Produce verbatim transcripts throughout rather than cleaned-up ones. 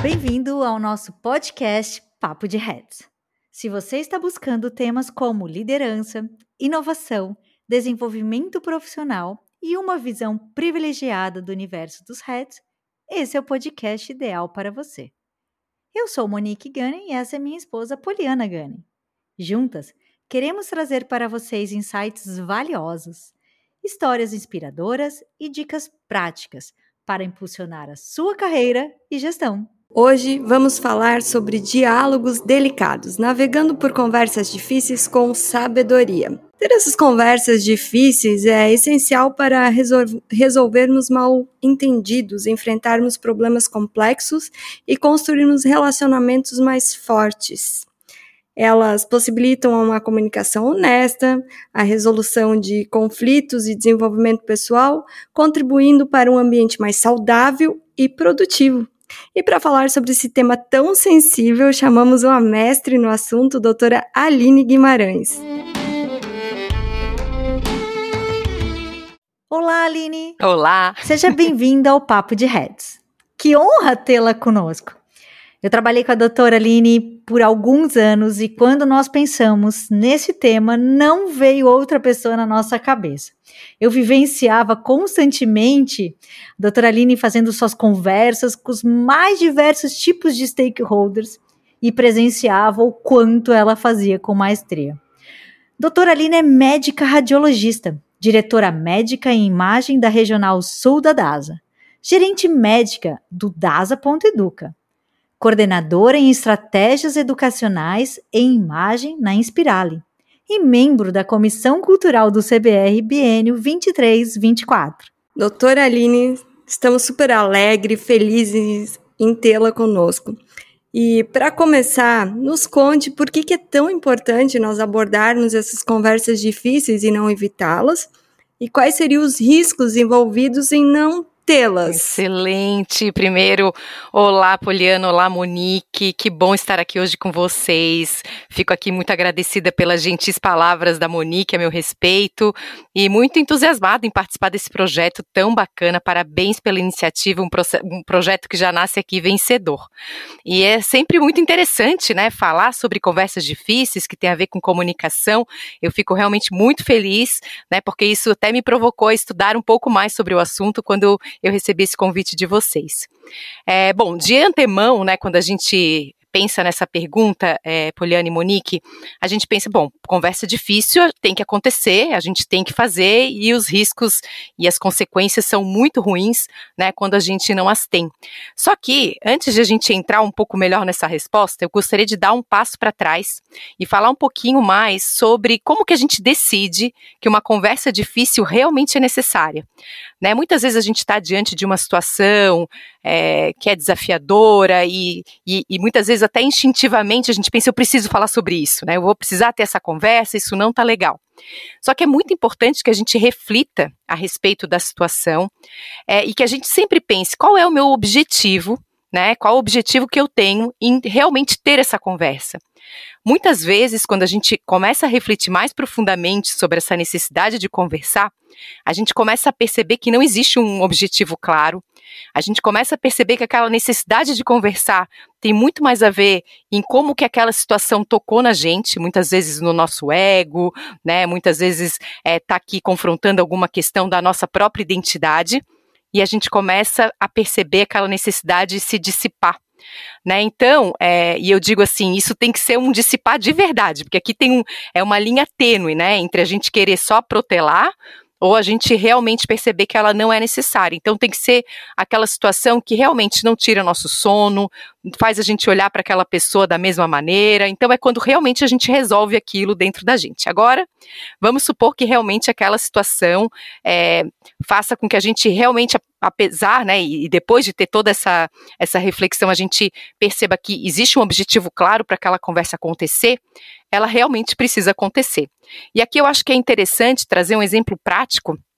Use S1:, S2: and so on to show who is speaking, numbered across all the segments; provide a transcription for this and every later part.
S1: Bem-vindo ao nosso podcast Papo de Heads. Se você está buscando temas como liderança, inovação, desenvolvimento profissional e uma visão privilegiada do universo dos Heads, esse é o podcast ideal para você. Eu sou Monique Gunning e essa é minha esposa Poliana Gunning. Juntas, queremos trazer para vocês insights valiosos, histórias inspiradoras e dicas práticas para impulsionar a sua carreira e gestão.
S2: Hoje vamos falar sobre diálogos delicados, navegando por conversas difíceis com sabedoria. Ter essas conversas difíceis é essencial para resol- resolvermos mal-entendidos, enfrentarmos problemas complexos e construirmos relacionamentos mais fortes. Elas possibilitam uma comunicação honesta, a resolução de conflitos e desenvolvimento pessoal, contribuindo para um ambiente mais saudável e produtivo. E para falar sobre esse tema tão sensível, chamamos uma mestre no assunto, doutora Aline Guimarães.
S1: Olá, Aline!
S3: Olá!
S1: Seja bem-vinda ao Papo de Heads. Que honra tê-la conosco! Eu trabalhei com a doutora Aline por alguns anos e quando nós pensamos nesse tema, não veio outra pessoa na nossa cabeça. Eu vivenciava constantemente a doutora Aline fazendo suas conversas com os mais diversos tipos de stakeholders e presenciava o quanto ela fazia com maestria. Doutora Aline é médica radiologista, diretora médica em imagem da Regional Sul da DASA, gerente médica do dasa.educa, coordenadora em estratégias educacionais e imagem na Inspirali e membro da Comissão Cultural do C B R biênio vinte e três vinte e quatro.
S2: Doutora Aline, estamos super alegres, felizes em tê-la conosco. E para começar, nos conte por que, que é tão importante nós abordarmos essas conversas difíceis e não evitá-las, e quais seriam os riscos envolvidos em não tê-las.
S3: Excelente! Primeiro, olá Poliana, olá Monique, que bom estar aqui hoje com vocês. Fico aqui muito agradecida pelas gentis palavras da Monique a meu respeito e muito entusiasmada em participar desse projeto tão bacana. Parabéns pela iniciativa, um, pro- um projeto que já nasce aqui vencedor. E é sempre muito interessante, né, falar sobre conversas difíceis que tem a ver com comunicação. Eu fico realmente muito feliz, né, porque isso até me provocou a estudar um pouco mais sobre o assunto quando eu recebi esse convite de vocês. É, bom, de antemão, né, quando a gente pensa nessa pergunta, é, Poliana e Monique, a gente pensa, bom, conversa difícil tem que acontecer, a gente tem que fazer e os riscos e as consequências são muito ruins, né, quando a gente não as tem. Só que, antes de a gente entrar um pouco melhor nessa resposta, eu gostaria de dar um passo para trás e falar um pouquinho mais sobre como que a gente decide que uma conversa difícil realmente é necessária. Né, muitas vezes a gente está diante de uma situação é, que é desafiadora e, e, e muitas vezes até instintivamente a gente pensa, eu preciso falar sobre isso, né, eu vou precisar ter essa conversa, isso não está legal. Só que é muito importante que a gente reflita a respeito da situação é, e que a gente sempre pense qual é o meu objetivo, né, qual o objetivo que eu tenho em realmente ter essa conversa. Muitas vezes, quando a gente começa a refletir mais profundamente sobre essa necessidade de conversar, a gente começa a perceber que não existe um objetivo claro, a gente começa a perceber que aquela necessidade de conversar tem muito mais a ver em como que aquela situação tocou na gente, muitas vezes no nosso ego, né, muitas vezes está aqui confrontando alguma questão da nossa própria identidade, e a gente começa a perceber aquela necessidade de se dissipar. Né, então, é, e eu digo assim, isso tem que ser um dissipar de verdade, porque aqui tem um, é uma linha tênue, né, entre a gente querer só protelar ou a gente realmente perceber que ela não é necessária. Então tem que ser aquela situação que realmente não tira nosso sono, faz a gente olhar para aquela pessoa da mesma maneira, então é quando realmente a gente resolve aquilo dentro da gente. Agora, vamos supor que realmente aquela situação é, faça com que a gente realmente, apesar, né, e depois de ter toda essa, essa reflexão, a gente perceba que existe um objetivo claro para aquela conversa acontecer, ela realmente precisa acontecer. E aqui eu acho que é interessante trazer um exemplo prático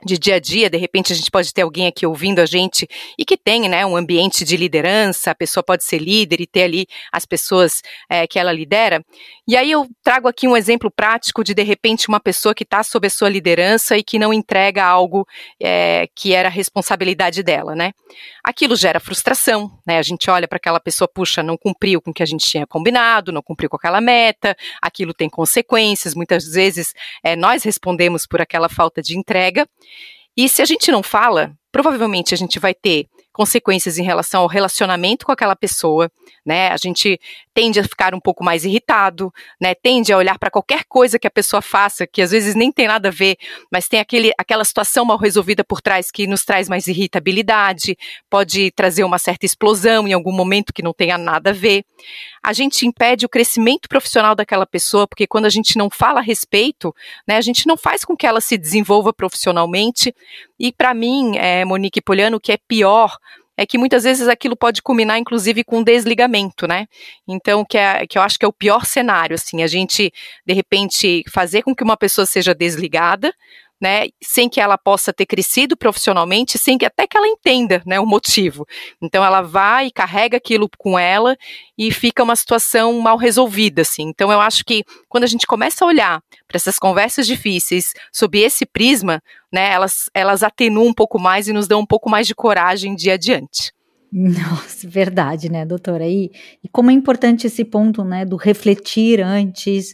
S3: de dia a dia, de repente a gente pode ter alguém aqui ouvindo a gente e que tem, né, um ambiente de liderança, a pessoa pode ser líder e ter ali as pessoas é, que ela lidera. E aí eu trago aqui um exemplo prático de, de repente, uma pessoa que está sob a sua liderança e que não entrega algo é, que era responsabilidade dela, né. Aquilo gera frustração, né, a gente olha para aquela pessoa, puxa, não cumpriu com o que a gente tinha combinado, não cumpriu com aquela meta, aquilo tem consequências, muitas vezes é, nós respondemos por aquela falta de entrega. E se a gente não fala, provavelmente a gente vai ter consequências em relação ao relacionamento com aquela pessoa, né? A gente tende a ficar um pouco mais irritado, né? Tende a olhar para qualquer coisa que a pessoa faça, que às vezes nem tem nada a ver, mas tem aquele, aquela situação mal resolvida por trás que nos traz mais irritabilidade, pode trazer uma certa explosão em algum momento que não tenha nada a ver. A gente impede o crescimento profissional daquela pessoa, porque quando a gente não fala a respeito, né, a gente não faz com que ela se desenvolva profissionalmente. E para mim, é, Monique e Poliano, o que é pior é que muitas vezes aquilo pode culminar, inclusive, com um desligamento, né? Então, que, é, que eu acho que é o pior cenário, assim, a gente, de repente, fazer com que uma pessoa seja desligada, né, sem que ela possa ter crescido profissionalmente, sem que até que ela entenda, né, o motivo. Então ela vai e carrega aquilo com ela e fica uma situação mal resolvida, assim. Então eu acho que quando a gente começa a olhar para essas conversas difíceis sob esse prisma, né, elas, elas atenuam um pouco mais e nos dão um pouco mais de coragem de ir adiante.
S1: Nossa, verdade, né, doutora? E, e como é importante esse ponto, né, do refletir antes,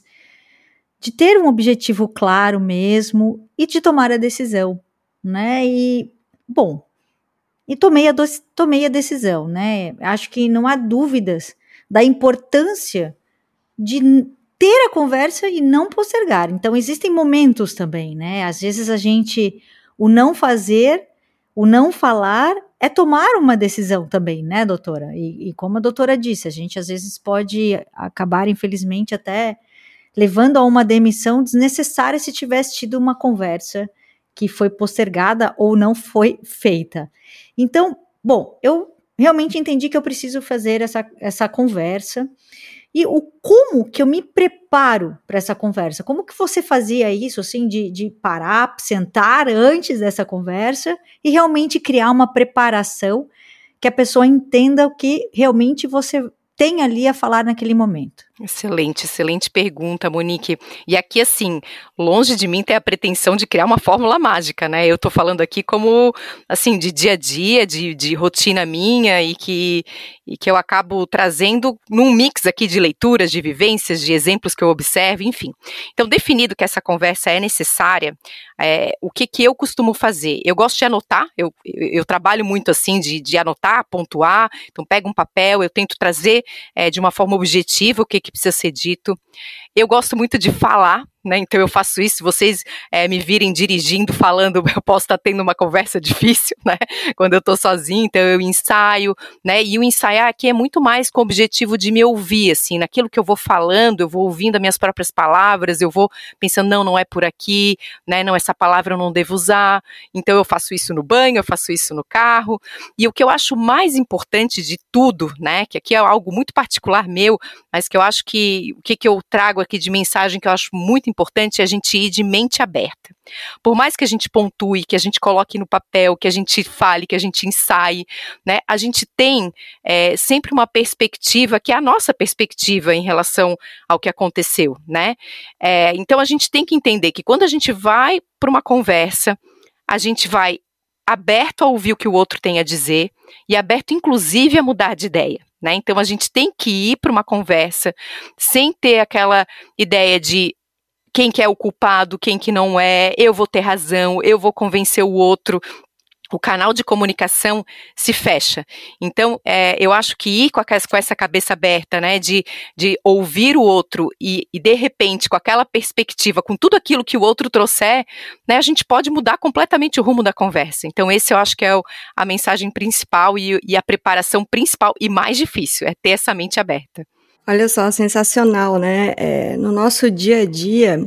S1: de ter um objetivo claro mesmo e de tomar a decisão, né, e, bom, e tomei a, do, tomei a decisão, né, acho que não há dúvidas da importância de ter a conversa e não postergar. Então, existem momentos também, né, às vezes a gente, o não fazer, o não falar é tomar uma decisão também, né, doutora? E, e como a doutora disse, a gente às vezes pode acabar, infelizmente, até levando a uma demissão desnecessária se tivesse tido uma conversa que foi postergada ou não foi feita. Então, bom, eu realmente entendi que eu preciso fazer essa, essa conversa. E o como que eu me preparo para essa conversa? Como que você fazia isso, assim, de, de parar, sentar antes dessa conversa e realmente criar uma preparação que a pessoa entenda o que realmente você tem ali a falar naquele momento?
S3: Excelente, excelente pergunta, Monique. E aqui, assim, longe de mim ter a pretensão de criar uma fórmula mágica, né? Eu tô falando aqui como, assim, de dia a dia, de, de rotina minha e que, e que eu acabo trazendo num mix aqui de leituras, de vivências, de exemplos que eu observo, enfim. Então, definido que essa conversa é necessária, é, o que que eu costumo fazer? Eu gosto de anotar, eu, eu, eu trabalho muito assim de, de anotar, pontuar, então pego um papel, eu tento trazer é, de uma forma objetiva o que que precisa ser dito. Eu gosto muito de falar, né, então eu faço isso, se vocês é, me virem dirigindo, falando, eu posso estar tendo uma conversa difícil, né, quando eu estou sozinha, então eu ensaio, né, e o ensaiar aqui é muito mais com o objetivo de me ouvir, assim, naquilo que eu vou falando, eu vou ouvindo as minhas próprias palavras, eu vou pensando, não, não é por aqui, né, não, essa palavra eu não devo usar, então eu faço isso no banho, eu faço isso no carro, e o que eu acho mais importante de tudo, né, que aqui é algo muito particular meu, mas que eu acho que, o que que eu trago aqui de mensagem que eu acho muito importante é a gente ir de mente aberta. Por mais que a gente pontue, que a gente coloque no papel, que a gente fale, que a gente ensaie, né, a gente tem é, sempre uma perspectiva que é a nossa perspectiva em relação ao que aconteceu, né? É, então a gente tem que entender que quando a gente vai para uma conversa, a gente vai aberto a ouvir o que o outro tem a dizer e aberto inclusive a mudar de ideia. Né? Então a gente tem que ir para uma conversa sem ter aquela ideia de quem que é o culpado, quem que não é, eu vou ter razão, eu vou convencer o outro. O canal de comunicação se fecha. Então, é, eu acho que ir com, a, com essa cabeça aberta, né, de, de ouvir o outro e, e, de repente, com aquela perspectiva, com tudo aquilo que o outro trouxer, né, a gente pode mudar completamente o rumo da conversa. Então, esse eu acho que é o, a mensagem principal e, e a preparação principal e mais difícil, é ter essa mente aberta.
S2: Olha só, sensacional, né? É, no nosso dia a dia,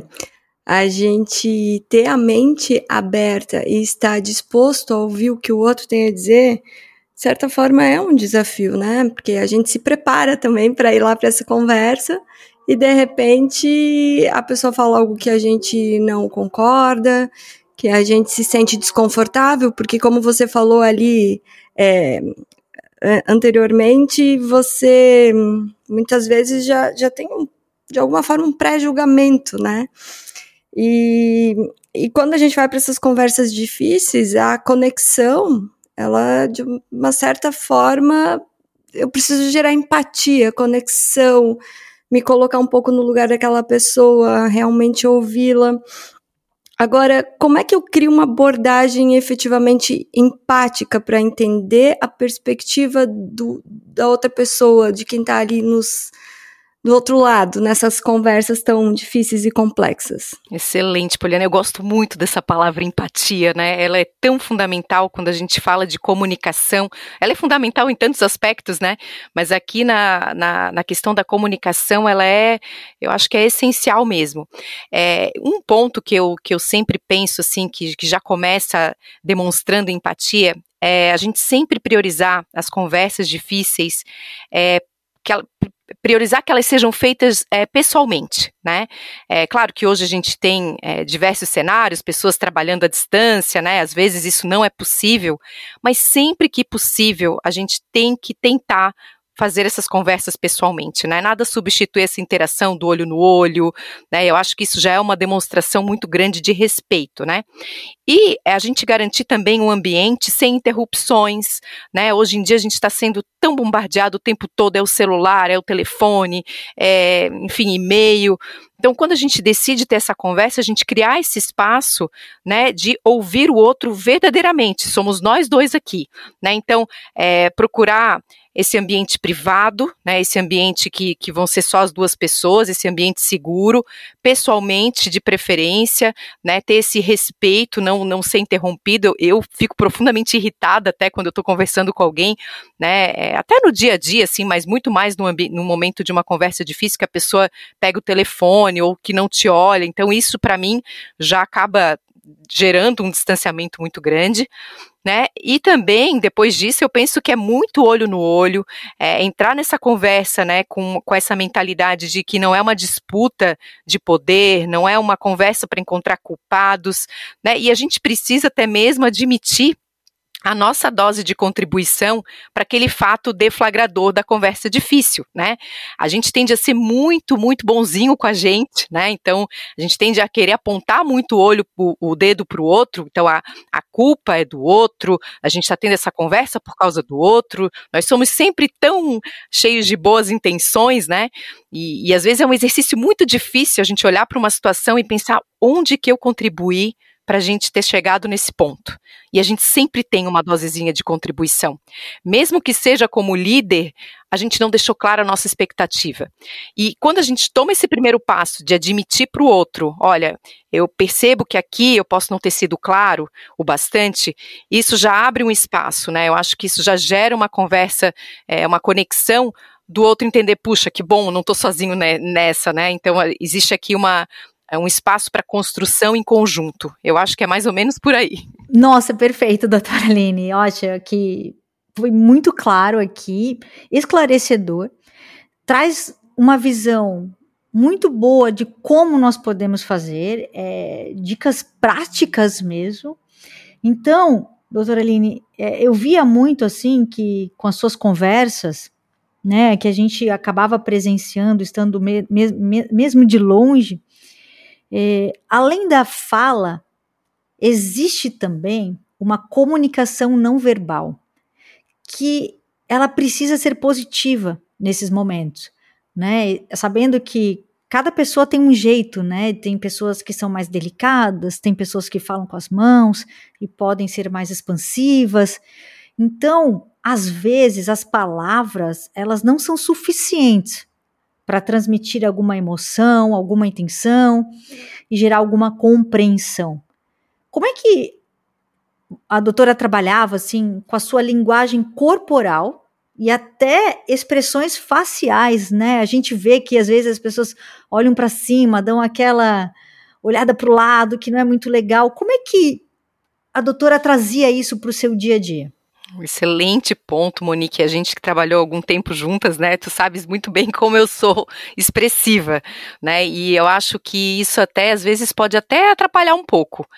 S2: a gente ter a mente aberta e estar disposto a ouvir o que o outro tem a dizer, de certa forma é um desafio, né? Porque a gente se prepara também para ir lá para essa conversa e, de repente, a pessoa fala algo que a gente não concorda que a gente se sente desconfortável, porque como você falou ali é, anteriormente, você muitas vezes já, já tem, de alguma forma, um pré-julgamento, né? E, e quando a gente vai para essas conversas difíceis, a conexão, ela, de uma certa forma, eu preciso gerar empatia, conexão, me colocar um pouco no lugar daquela pessoa, realmente ouvi-la. Agora, como é que eu crio uma abordagem efetivamente empática para entender a perspectiva do, da outra pessoa, de quem está ali nos, do outro lado, nessas conversas tão difíceis e complexas?
S3: Excelente, Poliana. Eu gosto muito dessa palavra empatia, né? Ela é tão fundamental quando a gente fala de comunicação. Ela é fundamental em tantos aspectos, né? Mas aqui na, na, na questão da comunicação, ela é, eu acho que é essencial mesmo. É, um ponto que eu, que eu sempre penso, assim, que, que já começa demonstrando empatia, é a gente sempre priorizar as conversas difíceis, é, que ela, priorizar que elas sejam feitas é, pessoalmente, né? É claro que hoje a gente tem é, diversos cenários, pessoas trabalhando à distância, né? Às vezes isso não é possível, mas sempre que possível a gente tem que tentar fazer essas conversas pessoalmente, né? Nada substitui essa interação do olho no olho, né? Eu acho que isso já é uma demonstração muito grande de respeito, né? E a gente garantir também um ambiente sem interrupções, né? Hoje em dia a gente está sendo tão bombardeado o tempo todo, é o celular, é o telefone, é, enfim, e-mail. Então, quando a gente decide ter essa conversa, a gente criar esse espaço, né, de ouvir o outro verdadeiramente, somos nós dois aqui, né? Então, é, procurar esse ambiente privado, né, esse ambiente que, que vão ser só as duas pessoas, esse ambiente seguro, pessoalmente, de preferência, né, ter esse respeito, não, não ser interrompido. Eu, eu fico profundamente irritada até quando eu estou conversando com alguém, né, é, até no dia a dia, assim, mas muito mais no, ambi- no momento de uma conversa difícil, que a pessoa pega o telefone ou que não te olha. Então isso, para mim, já acaba gerando um distanciamento muito grande, né? E também, depois disso, eu penso que é muito olho no olho, é, entrar nessa conversa, né, com, com essa mentalidade de que não é uma disputa de poder, não é uma conversa para encontrar culpados, né? E a gente precisa até mesmo admitir a nossa dose de contribuição para aquele fato deflagrador da conversa difícil, né? A gente tende a ser muito, muito bonzinho com a gente, né? Então, a gente tende a querer apontar muito o olho, o, o dedo para o outro, então a, a culpa é do outro, a gente está tendo essa conversa por causa do outro, nós somos sempre tão cheios de boas intenções, né? E, e às vezes é um exercício muito difícil a gente olhar para uma situação e pensar onde que eu contribuí para a gente ter chegado nesse ponto. E a gente sempre tem uma dosezinha de contribuição. Mesmo que seja como líder, a gente não deixou clara a nossa expectativa. E quando a gente toma esse primeiro passo de admitir para o outro, olha, eu percebo que aqui eu posso não ter sido claro o bastante, isso já abre um espaço, né? Eu acho que isso já gera uma conversa, é, uma conexão do outro entender, puxa, que bom, não estou sozinho nessa, né? Então existe aqui uma É um espaço para construção em conjunto. Eu acho que é mais ou menos por aí.
S1: Nossa, perfeito, doutora Aline. Eu acho que foi muito claro aqui, esclarecedor. Traz uma visão muito boa de como nós podemos fazer, é, dicas práticas mesmo. Então, doutora Aline, é, eu via muito assim que com as suas conversas, né, que a gente acabava presenciando, estando me, me, mesmo de longe, É, além da fala, existe também uma comunicação não verbal, que ela precisa ser positiva nesses momentos, né? Sabendo que cada pessoa tem um jeito, né? Tem pessoas que são mais delicadas, tem pessoas que falam com as mãos e podem ser mais expansivas. Então, às vezes, as palavras, elas não são suficientes para transmitir alguma emoção, alguma intenção e gerar alguma compreensão. Como é que a doutora trabalhava assim com a sua linguagem corporal e até expressões faciais, né? A gente vê que às vezes as pessoas olham para cima, dão aquela olhada para o lado que não é muito legal. Como é que a doutora trazia isso para o seu dia a dia?
S3: Um excelente ponto, Monique. A gente que trabalhou algum tempo juntas, né? Tu sabes muito bem como eu sou expressiva, né? E eu acho que isso até, às vezes, pode até atrapalhar um pouco.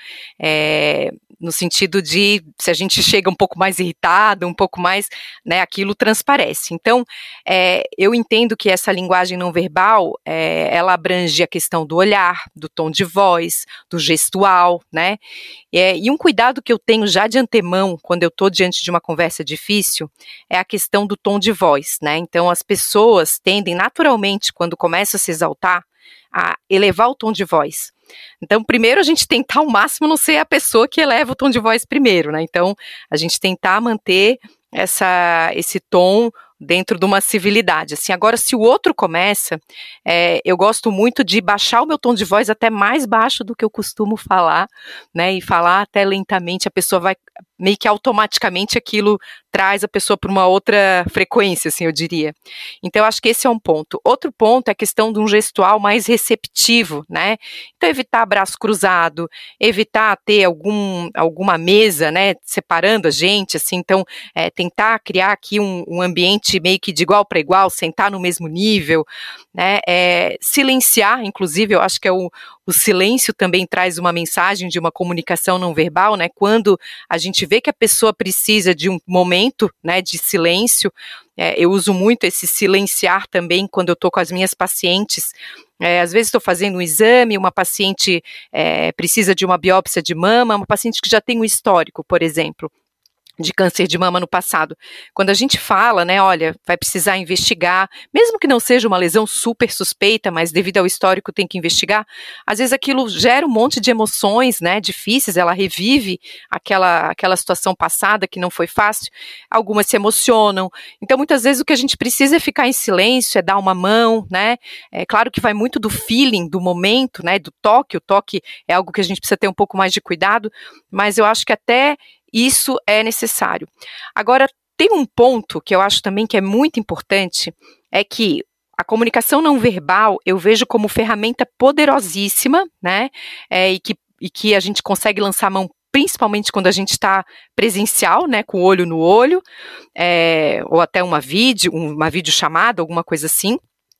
S3: É, no sentido de, se a gente chega um pouco mais irritado, um pouco mais, né? Aquilo transparece. Então, é, eu entendo que essa linguagem não verbal, é, ela abrange a questão do olhar, do tom de voz, do gestual, né? É, e um cuidado que eu tenho já de antemão, quando eu estou diante de uma conversa difícil, é a questão do tom de voz, né? Então, as pessoas tendem naturalmente, quando começam a se exaltar, a elevar o tom de voz. Então, primeiro a gente tentar ao máximo não ser a pessoa que eleva o tom de voz primeiro, né? Então, a gente tentar manter essa, esse tom dentro de uma civilidade, assim. Agora, se o outro começa, é, eu gosto muito de baixar o meu tom de voz até mais baixo do que eu costumo falar, né, e falar até lentamente, a pessoa vai, meio que automaticamente aquilo traz a pessoa para uma outra frequência, assim, eu diria. Então, eu acho que esse é um ponto. Outro ponto é a questão de um gestual mais receptivo, né, então evitar braço cruzado, evitar ter algum, alguma mesa, né, separando a gente, assim, então, é, tentar criar aqui um, um ambiente meio que de igual para igual, sentar no mesmo nível, né, é, silenciar, inclusive, eu acho que é o, o silêncio também traz uma mensagem de uma comunicação não verbal, né, quando a gente vê que a pessoa precisa de um momento, né, de silêncio, é, eu uso muito esse silenciar também quando eu estou com as minhas pacientes. É, às vezes estou fazendo um exame, uma paciente é, precisa de uma biópsia de mama, uma paciente que já tem um histórico, por exemplo, de câncer de mama no passado. Quando a gente fala, né, olha, vai precisar investigar, mesmo que não seja uma lesão super suspeita, mas devido ao histórico tem que investigar, às vezes aquilo gera um monte de emoções, né, difíceis, ela revive aquela, aquela situação passada que não foi fácil, algumas se emocionam, então muitas vezes o que a gente precisa é ficar em silêncio, é dar uma mão, né, é claro que vai muito do feeling, do momento, né, do toque, o toque é algo que a gente precisa ter um pouco mais de cuidado, mas eu acho que até isso é necessário. Agora, tem um ponto que eu acho também que é muito importante, é que a comunicação não verbal eu vejo como ferramenta poderosíssima, né, é, e, que, e que a gente consegue lançar a mão principalmente quando a gente está presencial, né, com o olho no olho, é, ou até uma vídeo, uma videochamada, alguma coisa assim.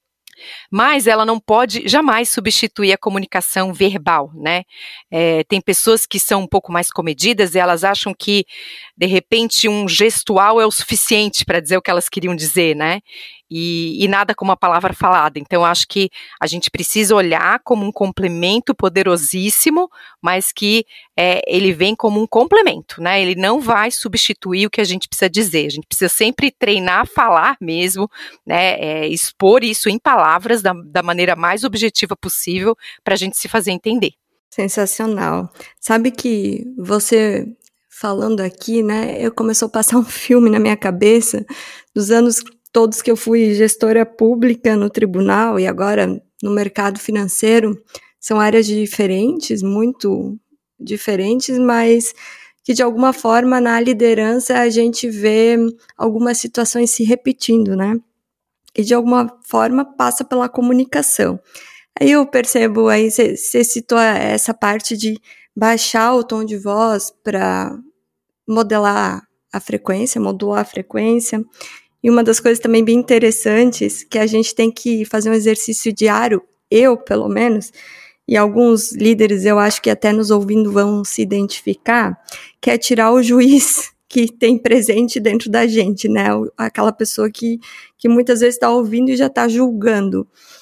S3: Mas ela não pode jamais substituir a comunicação verbal, né? É, tem pessoas que são um pouco mais comedidas e elas acham que, de repente, um gestual é o suficiente para dizer o que elas queriam dizer, né? E, e nada como a palavra falada. Então, eu acho que a gente precisa olhar como um complemento poderosíssimo, mas que é, ele vem como um complemento, né? Ele não vai substituir o que a gente precisa dizer. A gente precisa sempre treinar a falar mesmo, né? É, expor isso em palavras da, da maneira mais objetiva possível para a gente se fazer entender.
S2: Sensacional. Sabe que você falando aqui, né? Eu começou a passar um filme na minha cabeça dos anos todos que eu fui gestora pública no tribunal e agora no mercado financeiro. São áreas diferentes, muito diferentes, mas que de alguma forma na liderança a gente vê algumas situações se repetindo, né? E de alguma forma passa pela comunicação. Aí eu percebo, aí você citou essa parte de baixar o tom de voz para modelar a frequência, modular a frequência. E uma das coisas também bem interessantes, que a gente tem que fazer um exercício diário, eu pelo menos, e alguns líderes eu acho que até nos ouvindo vão se identificar, que é tirar o juiz que tem presente dentro da gente, né? Aquela pessoa que, que muitas vezes está ouvindo e já está julgando.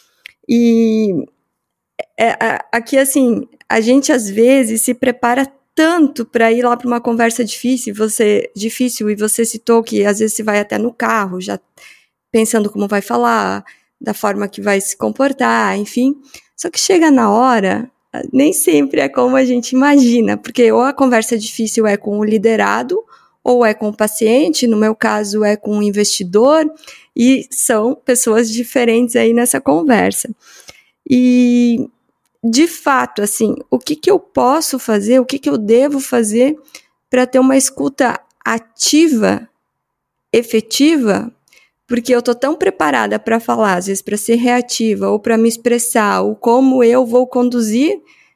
S2: E é, aqui, assim, a gente às vezes se prepara tanto para ir lá para uma conversa difícil, você, difícil, e você citou que às vezes você vai até no carro, já pensando como vai falar, da forma que vai se comportar, enfim. Só que chega na hora, nem sempre é como a gente imagina, porque ou a conversa difícil é com o liderado, ou é com o paciente, no meu caso é com o investidor, e são pessoas diferentes aí nessa conversa. E, de fato, assim, o que, que eu posso fazer, o que, que eu devo fazer para ter uma escuta ativa, efetiva, porque eu estou tão preparada para falar, às vezes para ser reativa, ou para me expressar, ou como eu vou conduzir,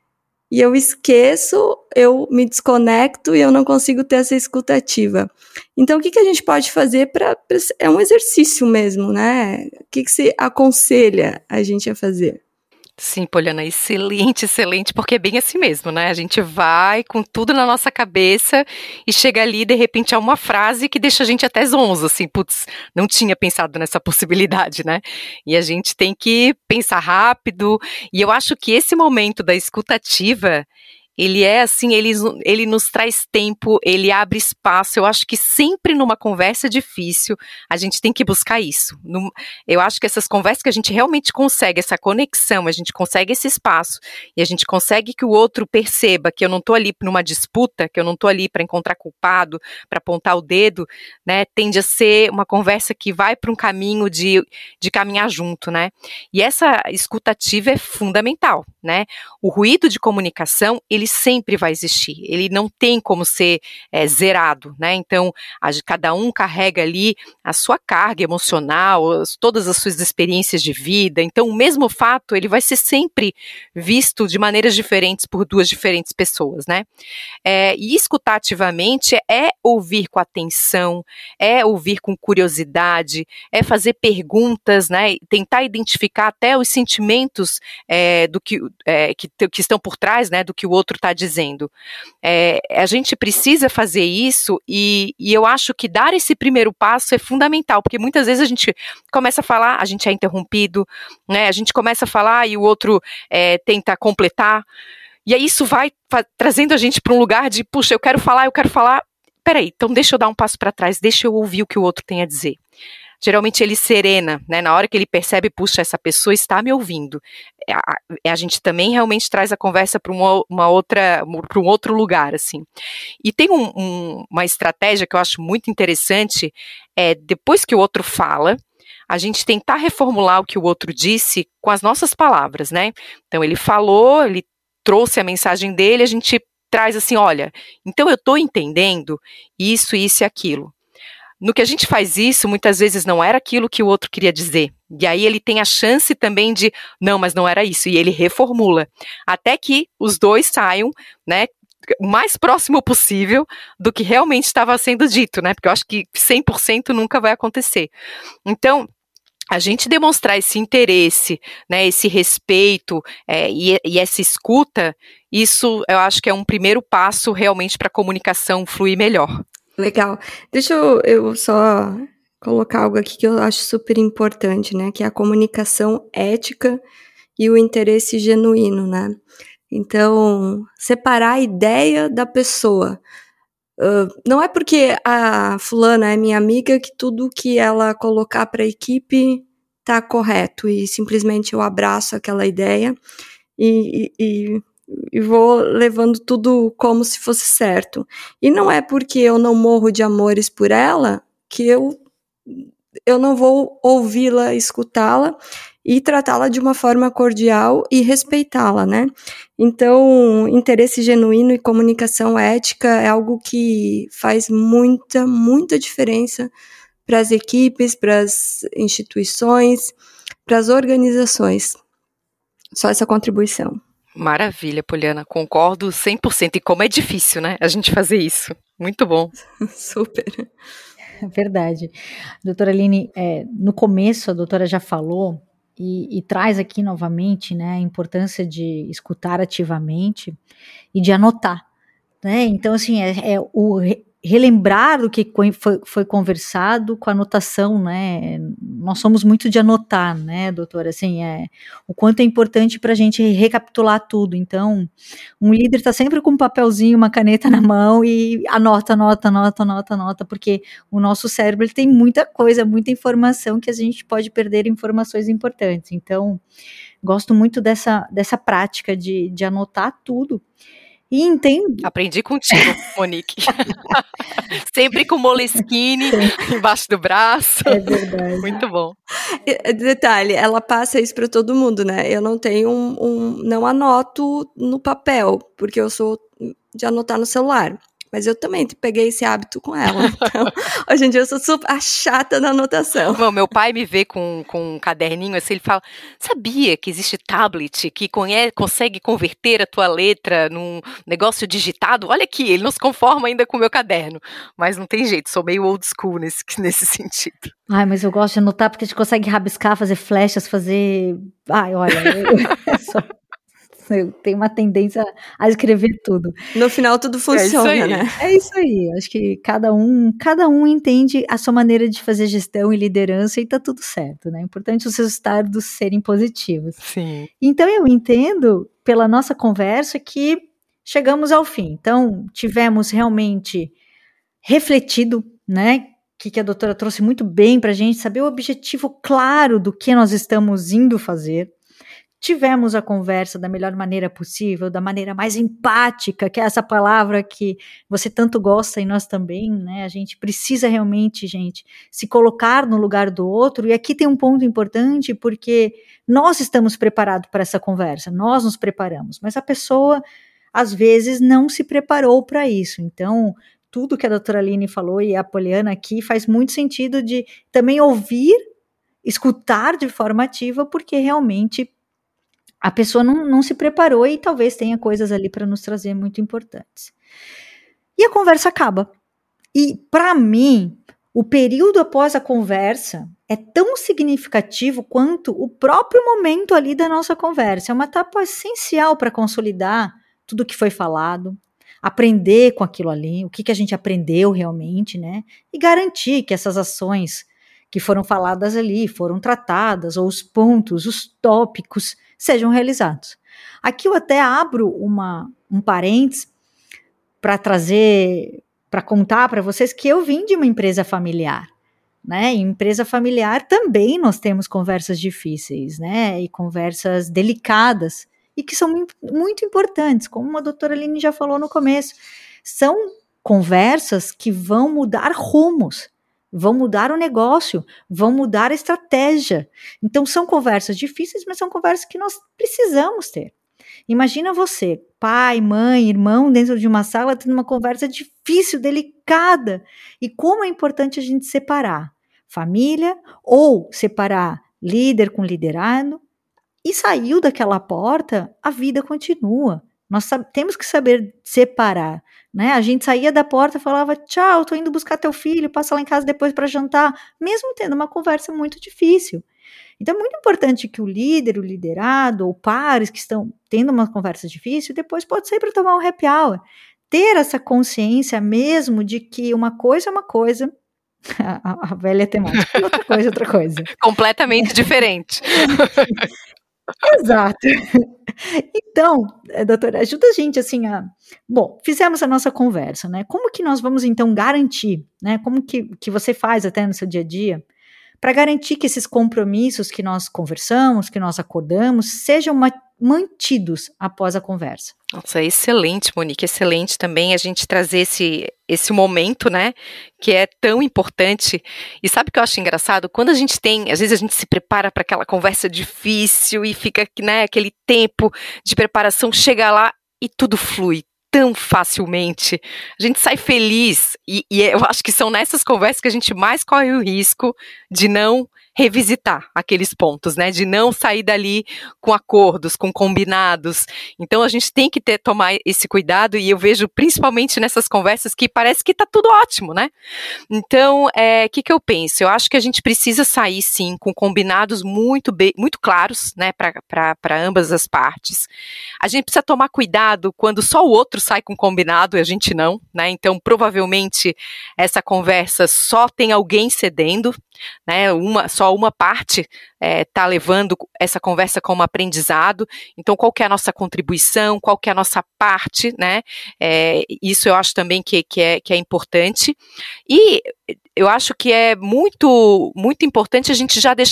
S2: e eu esqueço, eu me desconecto e eu não consigo ter essa escuta ativa. Então, o que, que a gente pode fazer para... É um exercício mesmo, né? O que, que você aconselha a gente a fazer?
S3: Sim, Poliana, excelente, excelente, porque é bem assim mesmo, né? A gente vai com tudo na nossa cabeça e chega ali, de repente, a uma frase que deixa a gente até zonzo, assim, putz, não tinha pensado nessa possibilidade, né? E a gente tem que pensar rápido, e eu acho que esse momento da escuta ativa, ele é assim, ele, ele nos traz tempo, ele abre espaço. Eu acho que sempre numa conversa difícil, a gente tem que buscar isso. Eu acho que essas conversas que a gente realmente consegue, essa conexão, a gente consegue esse espaço, e a gente consegue que o outro perceba que eu não estou ali numa disputa, que eu não estou ali para encontrar culpado, para apontar o dedo, né, tende a ser uma conversa que vai para um caminho de, de caminhar junto, né? E essa escuta ativa é fundamental, né? O ruído de comunicação, ele sempre vai existir, ele não tem como ser é, zerado, né? Então, a, cada um carrega ali a sua carga emocional, as, todas as suas experiências de vida, então o mesmo fato, ele vai ser sempre visto de maneiras diferentes por duas diferentes pessoas, né? É, e escutar ativamente é ouvir com atenção, é ouvir com curiosidade, é fazer perguntas, né? Tentar identificar até os sentimentos é, do que, é, que, que estão por trás, né, do que o outro está dizendo. É, a gente precisa fazer isso e, e eu acho que dar esse primeiro passo é fundamental, porque muitas vezes a gente começa a falar, a gente é interrompido, né, a gente começa a falar e o outro é, tenta completar, e aí isso vai trazendo a gente para um lugar de, puxa, eu quero falar, eu quero falar, peraí, então deixa eu dar um passo para trás, deixa eu ouvir o que o outro tem a dizer. Geralmente ele serena, né, na hora que ele percebe, puxa, essa pessoa está me ouvindo. A, a gente também realmente traz a conversa para uma, uma outra, para um outro lugar, assim. E tem um, um, uma estratégia que eu acho muito interessante, é depois que o outro fala, a gente tentar reformular o que o outro disse com as nossas palavras, né? Então ele falou, ele trouxe a mensagem dele, a gente traz assim, olha, então eu estou entendendo isso, isso e aquilo. No que a gente faz isso, muitas vezes não era aquilo que o outro queria dizer. E aí ele tem a chance também de, não, mas não era isso. E ele reformula. Até que os dois saiam, né, o mais próximo possível do que realmente estava sendo dito, né? Porque eu acho que cem por cento nunca vai acontecer. Então, a gente demonstrar esse interesse, né, esse respeito é, e, e essa escuta, isso eu acho que é um primeiro passo realmente para a comunicação fluir melhor.
S2: Legal. Deixa eu, eu só colocar algo aqui que eu acho super importante, né? Que é a comunicação ética e o interesse genuíno, né? Então, separar a ideia da pessoa. Uh, não é porque a fulana é minha amiga que tudo que ela colocar para a equipe tá correto e simplesmente eu abraço aquela ideia e... e, e e vou levando tudo como se fosse certo. E não é porque eu não morro de amores por ela que eu, eu não vou ouvi-la, escutá-la e tratá-la de uma forma cordial e respeitá-la, né? Então, interesse genuíno e comunicação ética é algo que faz muita, muita diferença para as equipes, para as instituições, para as organizações. Só essa contribuição.
S3: Maravilha, Poliana, concordo cem por cento. E como é difícil, né, a gente fazer isso. Muito bom.
S2: Super.
S1: Verdade. Doutora Aline, é, no começo a doutora já falou e, e traz aqui novamente, né, a importância de escutar ativamente e de anotar, né? Então, assim, é, é o relembrar o que foi, foi conversado com anotação, né? Nós somos muito de anotar, né, doutora? Assim, é, o quanto é importante para a gente recapitular tudo. Então, um líder está sempre com um papelzinho, uma caneta na mão e anota, anota, anota, anota, anota, porque o nosso cérebro ele tem muita coisa, muita informação que a gente pode perder informações importantes. Então, gosto muito dessa, dessa prática de, de anotar tudo. E entendo.
S3: Aprendi contigo, Monique. Sempre com Moleskine embaixo do braço.
S1: É verdade.
S3: Muito bom.
S2: Detalhe, ela passa isso para todo mundo, né? Eu não tenho um, um, não anoto no papel, porque eu sou de anotar no celular. Mas eu também peguei esse hábito com ela. Então, hoje em dia eu sou super a chata na anotação.
S3: Bom, meu pai me vê com, com um caderninho assim, ele fala, sabia que existe tablet que conhe- consegue converter a tua letra num negócio digitado? Olha aqui, ele não se conforma ainda com o meu caderno. Mas não tem jeito, sou meio old school nesse, nesse sentido.
S1: Ai, mas eu gosto de anotar porque a gente consegue rabiscar, fazer flechas, fazer... Ai, olha, eu, eu só... Eu tenho uma tendência a escrever tudo.
S2: No final tudo funciona,
S1: é
S2: né?
S1: É isso aí. Acho que cada um, cada um entende a sua maneira de fazer gestão e liderança e tá tudo certo, né? É importante os resultados serem positivos.
S3: Sim.
S1: Então eu entendo, pela nossa conversa, que chegamos ao fim. Então, tivemos realmente refletido, né? Que, que a doutora trouxe muito bem para a gente, saber o objetivo claro do que nós estamos indo fazer. Tivemos a conversa da melhor maneira possível, da maneira mais empática, que é essa palavra que você tanto gosta e nós também, né? A gente precisa realmente, gente, se colocar no lugar do outro. E aqui tem um ponto importante, porque nós estamos preparados para essa conversa, nós nos preparamos, mas a pessoa, às vezes, não se preparou para isso. Então, tudo que a doutora Aline falou e a Poliana aqui faz muito sentido de também ouvir, escutar de forma ativa, porque realmente a pessoa não, não se preparou e talvez tenha coisas ali para nos trazer muito importantes. E a conversa acaba. E, para mim, o período após a conversa é tão significativo quanto o próprio momento ali da nossa conversa. É uma etapa essencial para consolidar tudo o que foi falado, aprender com aquilo ali, o que, que a gente aprendeu realmente, né? E garantir que essas ações que foram faladas ali, foram tratadas, ou os pontos, os tópicos, sejam realizados. Aqui eu até abro uma, um parênteses para trazer, para contar para vocês que eu vim de uma empresa familiar, né? Em empresa familiar também nós temos conversas difíceis, né? E conversas delicadas, e que são muito, muito importantes, como a doutora Aline já falou no começo. São conversas que vão mudar rumos, vão mudar o negócio, vão mudar a estratégia. Então são conversas difíceis, mas são conversas que nós precisamos ter. Imagina você, pai, mãe, irmão, dentro de uma sala, tendo uma conversa difícil, delicada. E como é importante a gente separar família ou separar líder com liderado. E saiu daquela porta, a vida continua. Nós temos que saber separar, né? A gente saía da porta e falava, tchau, tô indo buscar teu filho, passa lá em casa depois para jantar, mesmo tendo uma conversa muito difícil. Então é muito importante que o líder, o liderado, ou pares que estão tendo uma conversa difícil, depois pode sair para tomar um happy hour. Ter essa consciência mesmo de que uma coisa é uma coisa, a, a velha temática, e outra coisa é outra coisa.
S3: Completamente diferente.
S1: Exato. Então, doutora, ajuda a gente assim a... Bom, fizemos a nossa conversa, né? Como que nós vamos então garantir, né? Como que, que você faz até no seu dia a dia, para garantir que esses compromissos que nós conversamos, que nós acordamos, sejam ma- mantidos após a conversa?
S3: Nossa, excelente, Monique, excelente também a gente trazer esse, esse momento, né, que é tão importante. E sabe o que eu acho engraçado? Quando a gente tem, às vezes a gente se prepara para aquela conversa difícil e fica, né, aquele tempo de preparação, chega lá e tudo flui tão facilmente, a gente sai feliz, e, e eu acho que são nessas conversas que a gente mais corre o risco de não revisitar aqueles pontos, né, de não sair dali com acordos, com combinados. Então a gente tem que ter, tomar esse cuidado, e eu vejo principalmente nessas conversas que parece que tá tudo ótimo, né. Então, o é, que que eu penso? Eu acho que a gente precisa sair sim com combinados muito, bem, muito claros, né, para ambas as partes. A gente precisa tomar cuidado quando só o outro sai com combinado e a gente não, né, então provavelmente essa conversa só tem alguém cedendo, né, uma, só uma parte está é, levando essa conversa como aprendizado. Então qual que é a nossa contribuição, qual que é a nossa parte, né, é, isso eu acho também que, que, é, que é importante. E eu acho que é muito, muito importante a gente já deixar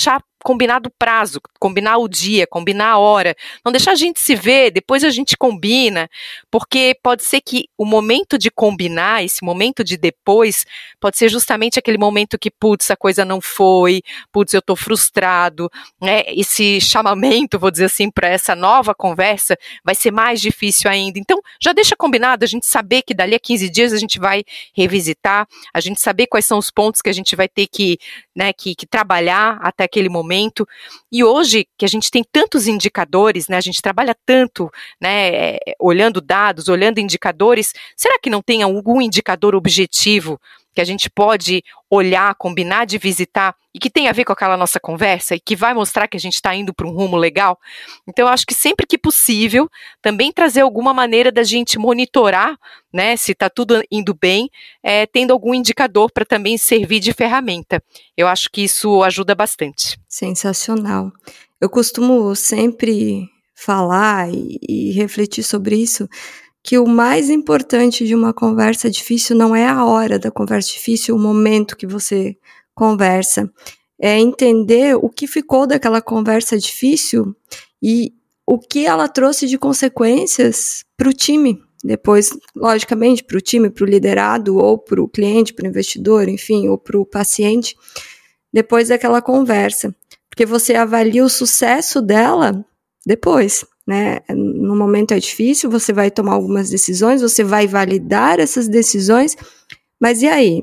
S3: combinar do prazo, combinar o dia, combinar a hora, não deixar a gente se ver, depois a gente combina, porque pode ser que o momento de combinar, esse momento de depois, pode ser justamente aquele momento que, putz, a coisa não foi, putz, eu tô frustrado, né, esse chamamento, vou dizer assim, para essa nova conversa, vai ser mais difícil ainda. Então, já deixa combinado, a gente saber que dali a quinze dias a gente vai revisitar, a gente saber quais são os pontos que a gente vai ter que, né, que, que trabalhar até aquele momento. E hoje, que a gente tem tantos indicadores, né, a gente trabalha tanto, né, olhando dados, olhando indicadores, será que não tem algum indicador objetivo que a gente pode olhar, combinar de visitar e que tem a ver com aquela nossa conversa e que vai mostrar que a gente está indo para um rumo legal? Então, eu acho que sempre que possível, também trazer alguma maneira da gente monitorar, né, se está tudo indo bem, é, tendo algum indicador para também servir de ferramenta. Eu acho que isso ajuda bastante.
S2: Sensacional. Eu costumo sempre falar e, e refletir sobre isso, que o mais importante de uma conversa difícil não é a hora da conversa difícil, o momento que você conversa, é entender o que ficou daquela conversa difícil e o que ela trouxe de consequências para o time. Depois, logicamente, para o time, para o liderado, ou para o cliente, para o investidor, enfim, ou para o paciente, depois daquela conversa. Porque você avalia o sucesso dela depois. Né? No momento é difícil, você vai tomar algumas decisões, você vai validar essas decisões, mas e aí?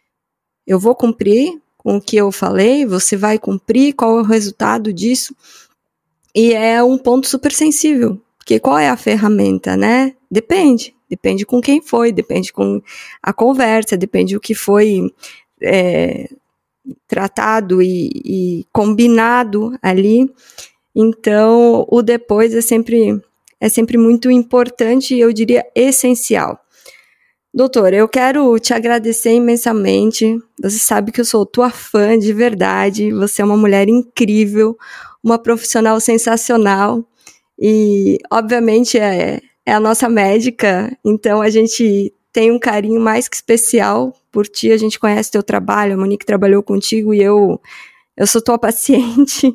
S2: Eu vou cumprir com o que eu falei? Você vai cumprir? Qual é o resultado disso? E é um ponto super sensível, porque qual é a ferramenta, né? Depende, depende com quem foi, depende com a conversa, depende do que foi é, tratado e, e combinado ali. Então, o depois é sempre, é sempre muito importante e eu diria essencial. Doutora, eu quero te agradecer imensamente. Você sabe que eu sou tua fã de verdade. Você é uma mulher incrível, uma profissional sensacional e, obviamente, é, é a nossa médica. Então, a gente tem um carinho mais que especial por ti. A gente conhece teu trabalho, a Monique trabalhou contigo e eu... Eu sou tua paciente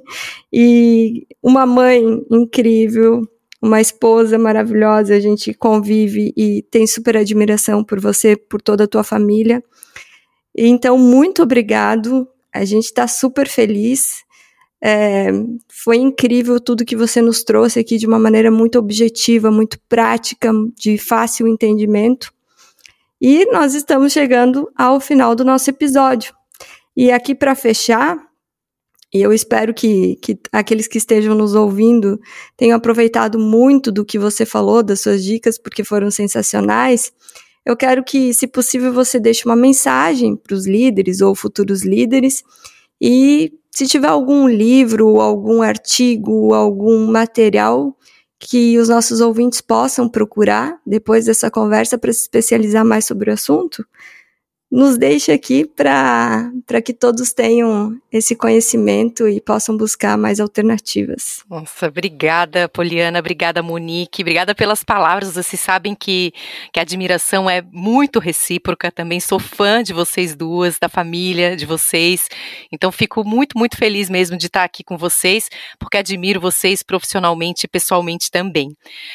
S2: e uma mãe incrível, uma esposa maravilhosa, a gente convive e tem super admiração por você, por toda a tua família. Então, muito obrigado, a gente está super feliz. É, foi incrível tudo que você nos trouxe aqui de uma maneira muito objetiva, muito prática, de fácil entendimento. E nós estamos chegando ao final do nosso episódio. E aqui para fechar, e eu espero que, que aqueles que estejam nos ouvindo tenham aproveitado muito do que você falou, das suas dicas, porque foram sensacionais. Eu quero que, se possível, você deixe uma mensagem para os líderes ou futuros líderes e se tiver algum livro, algum artigo, algum material que os nossos ouvintes possam procurar depois dessa conversa para se especializar mais sobre o assunto, nos deixe aqui para para que todos tenham esse conhecimento e possam buscar mais alternativas.
S3: Nossa, obrigada, Poliana, obrigada, Monique, obrigada pelas palavras. Vocês sabem que, que a admiração é muito recíproca, também sou fã de vocês duas, da família de vocês, então fico muito, muito feliz mesmo de estar aqui com vocês, porque admiro vocês profissionalmente e pessoalmente também.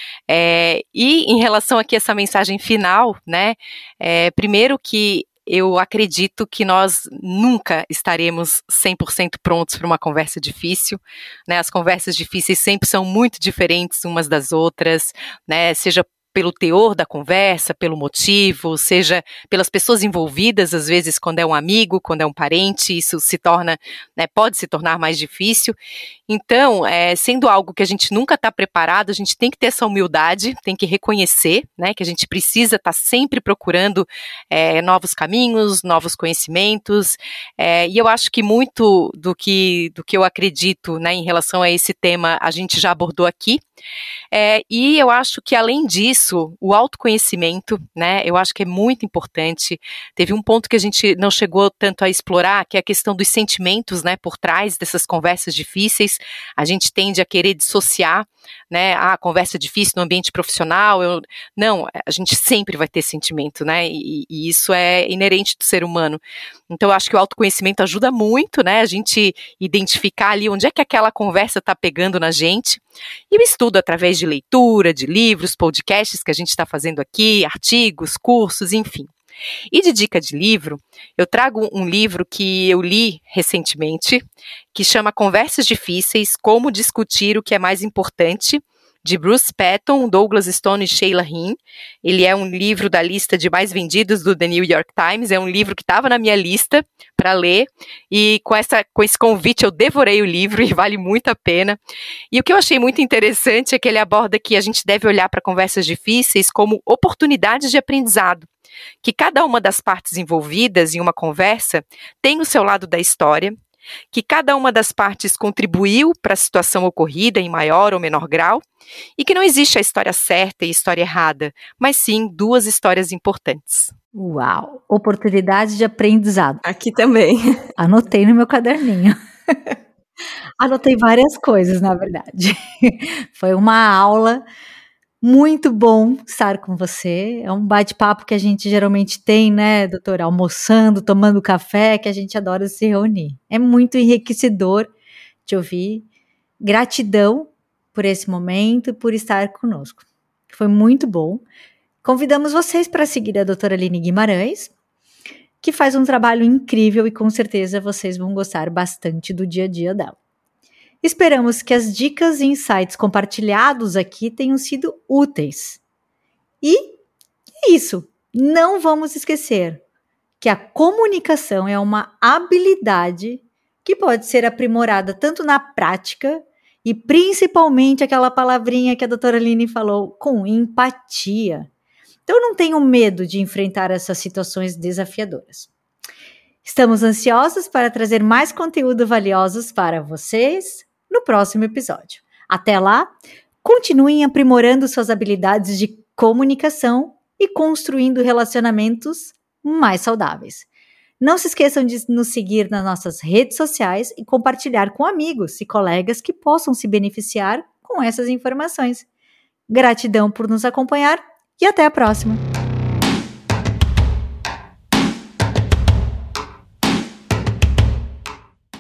S3: É, e em relação aqui a essa mensagem final, né, é, primeiro que eu acredito que nós nunca estaremos cem por cento prontos para uma conversa difícil, né? As conversas difíceis sempre são muito diferentes umas das outras, né? Seja pelo teor da conversa, pelo motivo, seja pelas pessoas envolvidas, às vezes quando é um amigo, quando é um parente, isso se torna, né, pode se tornar mais difícil. Então, é, sendo algo que a gente nunca está preparado, a gente tem que ter essa humildade, tem que reconhecer, né, que a gente precisa estar tá sempre procurando é, novos caminhos, novos conhecimentos, é, e eu acho que muito do que, do que eu acredito, né, em relação a esse tema, a gente já abordou aqui, é, e eu acho que além disso, isso, o autoconhecimento, né, eu acho que é muito importante. Teve um ponto que a gente não chegou tanto a explorar, que é a questão dos sentimentos, né, por trás dessas conversas difíceis. A gente tende a querer dissociar, né, a conversa difícil no ambiente profissional. Eu, não, a gente sempre vai ter sentimento, né, e, e isso é inerente do ser humano. Então, eu acho que o autoconhecimento ajuda muito, né, a gente identificar ali onde é que aquela conversa está pegando na gente. E o estudo através de leitura, de livros, podcasts que a gente está fazendo aqui, artigos, cursos, enfim. E de dica de livro, eu trago um livro que eu li recentemente, que chama Conversas Difíceis, Como Discutir o que é Mais Importante, de Bruce Patton, Douglas Stone e Sheila Heen. Ele é um livro da lista de mais vendidos do The New York Times, é um livro que estava na minha lista para ler, e com, essa, com esse convite eu devorei o livro e vale muito a pena. E o que eu achei muito interessante é que ele aborda que a gente deve olhar para conversas difíceis como oportunidades de aprendizado, que cada uma das partes envolvidas em uma conversa tem o seu lado da história, que cada uma das partes contribuiu para a situação ocorrida em maior ou menor grau, e que não existe a história certa e a história errada, mas sim duas histórias importantes.
S1: Uau! Oportunidade de aprendizado.
S2: Aqui também.
S1: Anotei no meu caderninho. Anotei várias coisas, na verdade. Foi uma aula. Muito bom estar com você. É um bate-papo que a gente geralmente tem, né, doutora? Almoçando, tomando café, que a gente adora se reunir. É muito enriquecedor te ouvir. Gratidão por esse momento e por estar conosco. Foi muito bom. Convidamos vocês para seguir a doutora Aline Guimarães, que faz um trabalho incrível e com certeza vocês vão gostar bastante do dia a dia dela. Esperamos que as dicas e insights compartilhados aqui tenham sido úteis. E é isso. Não vamos esquecer que a comunicação é uma habilidade que pode ser aprimorada tanto na prática e principalmente aquela palavrinha que a doutora Aline falou, com empatia. Então não tenham medo de enfrentar essas situações desafiadoras. Estamos ansiosos para trazer mais conteúdo valiosos para vocês no próximo episódio. Até lá, continuem aprimorando suas habilidades de comunicação e construindo relacionamentos mais saudáveis. Não se esqueçam de nos seguir nas nossas redes sociais e compartilhar com amigos e colegas que possam se beneficiar com essas informações. Gratidão por nos acompanhar e até a próxima!